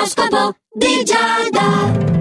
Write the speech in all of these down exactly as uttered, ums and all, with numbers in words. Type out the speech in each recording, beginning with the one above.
L'oroscopo di Giada.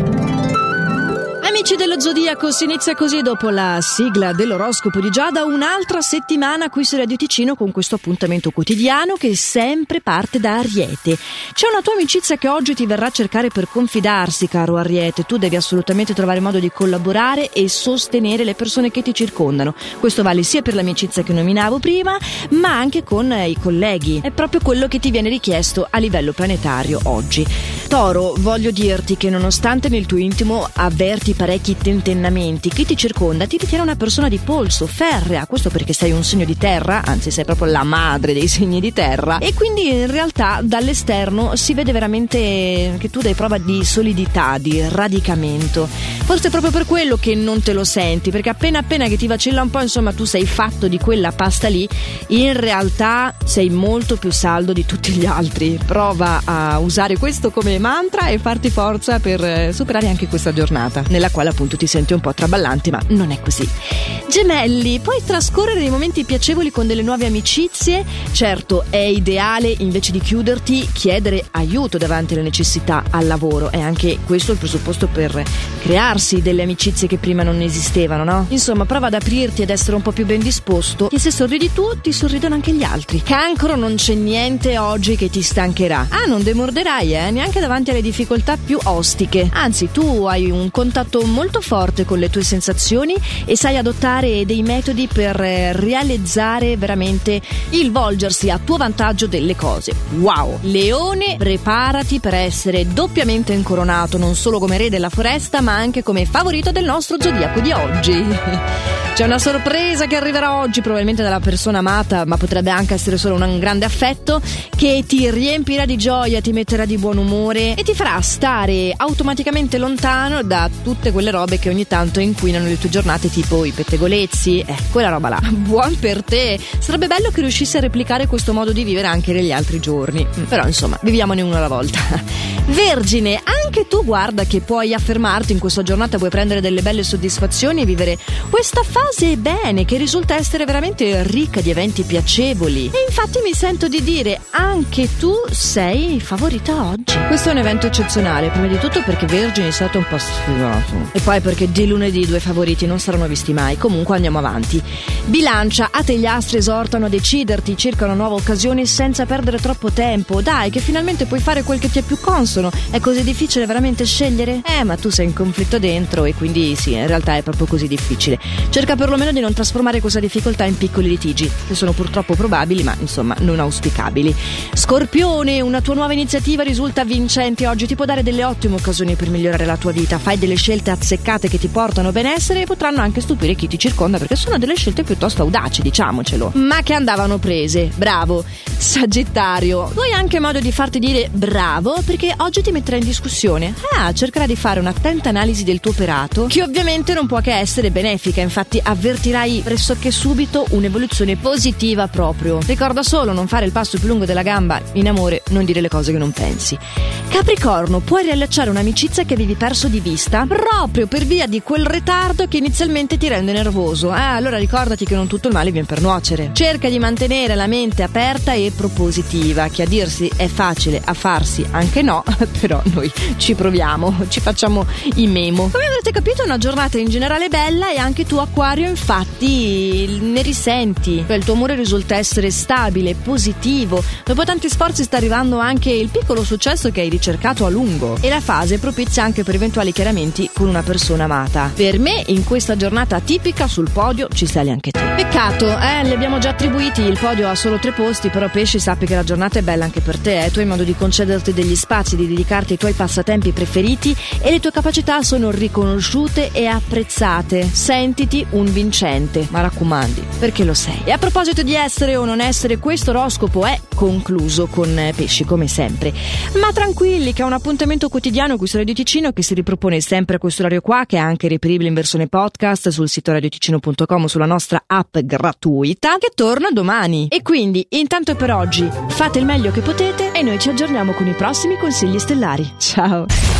Amici dello Zodiaco, si inizia così dopo la sigla dell'oroscopo di Giada un'altra settimana qui su Radio Ticino con questo appuntamento quotidiano che sempre parte da Ariete. C'è una tua amicizia che oggi ti verrà a cercare per confidarsi, caro Ariete. Tu devi assolutamente trovare modo di collaborare e sostenere le persone che ti circondano. Questo vale sia per l'amicizia che nominavo prima, ma anche con i colleghi. È proprio quello che ti viene richiesto a livello planetario oggi. Toro, voglio dirti che nonostante nel tuo intimo avverti parecchi tentennamenti, chi ti circonda ti ritiene una persona di polso, ferrea, questo perché sei un segno di terra, anzi sei proprio la madre dei segni di terra, e quindi in realtà dall'esterno si vede veramente che tu dai prova di solidità, di radicamento. Forse è proprio per quello che non te lo senti, perché appena appena che ti vacilla un po', insomma, tu sei fatto di quella pasta lì, in realtà sei molto più saldo di tutti gli altri. Prova a usare questo come mantra e farti forza per superare anche questa giornata, nella quale appunto ti senti un po' traballante, ma non è così. Gemelli, puoi trascorrere dei momenti piacevoli con delle nuove amicizie. Certo, è ideale invece di chiuderti chiedere aiuto davanti alle necessità al lavoro. È anche questo il presupposto per crearsi delle amicizie che prima non esistevano, no? Insomma, prova ad aprirti ed essere un po' più ben disposto, che se sorridi tu ti sorridono anche gli altri. Cancro, non c'è niente oggi che ti stancherà. Ah, non demorderai, eh? Neanche davanti alle difficoltà più ostiche. Anzi, tu hai un contatto molto forte con le tue sensazioni e sai adottare dei metodi per realizzare veramente il volgersi a tuo vantaggio delle cose. Wow! Leone, preparati per essere doppiamente incoronato, non solo come re della foresta ma anche come favorito del nostro zodiaco di oggi. C'è una sorpresa che arriverà oggi, probabilmente dalla persona amata, ma potrebbe anche essere solo un grande affetto, che ti riempirà di gioia, ti metterà di buon umore e ti farà stare automaticamente lontano da tutte quelle robe che ogni tanto inquinano le tue giornate, tipo i pettegolezzi, eh, quella roba là. Buon per te! Sarebbe bello che riuscissi a replicare questo modo di vivere anche negli altri giorni, però insomma, viviamone uno alla volta. Vergine, anche tu guarda che puoi affermarti in questa giornata, puoi prendere delle belle soddisfazioni e vivere questa fase bene, che risulta essere veramente ricca di eventi piacevoli. E infatti mi sento di dire, anche tu sei favorita oggi. Questo è un evento eccezionale, prima di tutto perché Vergine è stato un po' sfigato, e poi perché di lunedì i due favoriti non saranno visti mai. Comunque andiamo avanti. Bilancia, a te gli astri esortano a deciderti circa una nuova occasione senza perdere troppo tempo. Dai, che finalmente puoi fare quel che ti è più consono. È così difficile veramente scegliere? Eh, ma tu sei in conflitto dentro e quindi sì, in realtà è proprio così difficile. Cerca perlomeno di non trasformare questa difficoltà in piccoli litigi, che sono purtroppo probabili ma insomma non auspicabili. Scorpione, una tua nuova iniziativa risulta vincente oggi, ti può dare delle ottime occasioni per migliorare la tua vita. Fai delle scelte azzeccate che ti portano benessere e potranno anche stupire chi ti circonda, perché sono delle scelte piuttosto audaci, diciamocelo, ma che andavano prese. Bravo. Sagittario, tu hai anche modo di farti dire bravo, perché oggi ti metterai in discussione. Ah, cercherà di fare un'attenta analisi del tuo operato, che ovviamente non può che essere benefica. Infatti avvertirai pressoché subito un'evoluzione positiva proprio. Ricorda solo, non fare il passo più lungo della gamba in amore, non dire le cose che non pensi. Capricorno, puoi riallacciare un'amicizia che avevi perso di vista proprio per via di quel ritardo che inizialmente ti rende nervoso. Ah, allora ricordati che non tutto il male viene per nuocere. Cerca di mantenere la mente aperta e propositiva, che a dirsi è facile, a farsi anche no, però noi ci proviamo, ci facciamo i memo. Come avrete capito, è una giornata in generale bella, e anche tu Acquario infatti ne risenti. Il tuo umore risulta essere stabile, positivo. Dopo tanti sforzi sta arrivando anche il piccolo successo che hai ricercato a lungo, e la fase è propizia anche per eventuali chiarimenti con una persona amata. Per me in questa giornata tipica sul podio ci sali anche te. Peccato, eh, li abbiamo già attribuiti, il podio ha solo tre posti, però Pesci, sappi che la giornata è bella anche per te, eh. Tu hai modo di concederti degli spazi, di dedicarti ai tuoi passatempi preferiti, e le tue capacità sono riconosciute e apprezzate. Sentiti un vincente, ma raccomandi, perché lo sei. E a proposito di essere o non essere, questo oroscopo è concluso con Pesci come sempre, ma tranquilli che è un appuntamento quotidiano qui su Radio Ticino, che si ripropone sempre a questo orario qua, che è anche reperibile in versione podcast sul sito radioticino punto com, sulla nostra app gratuita, che torna domani. E quindi intanto per oggi fate il meglio che potete e noi ci aggiorniamo con i prossimi consigli stellari. Ciao.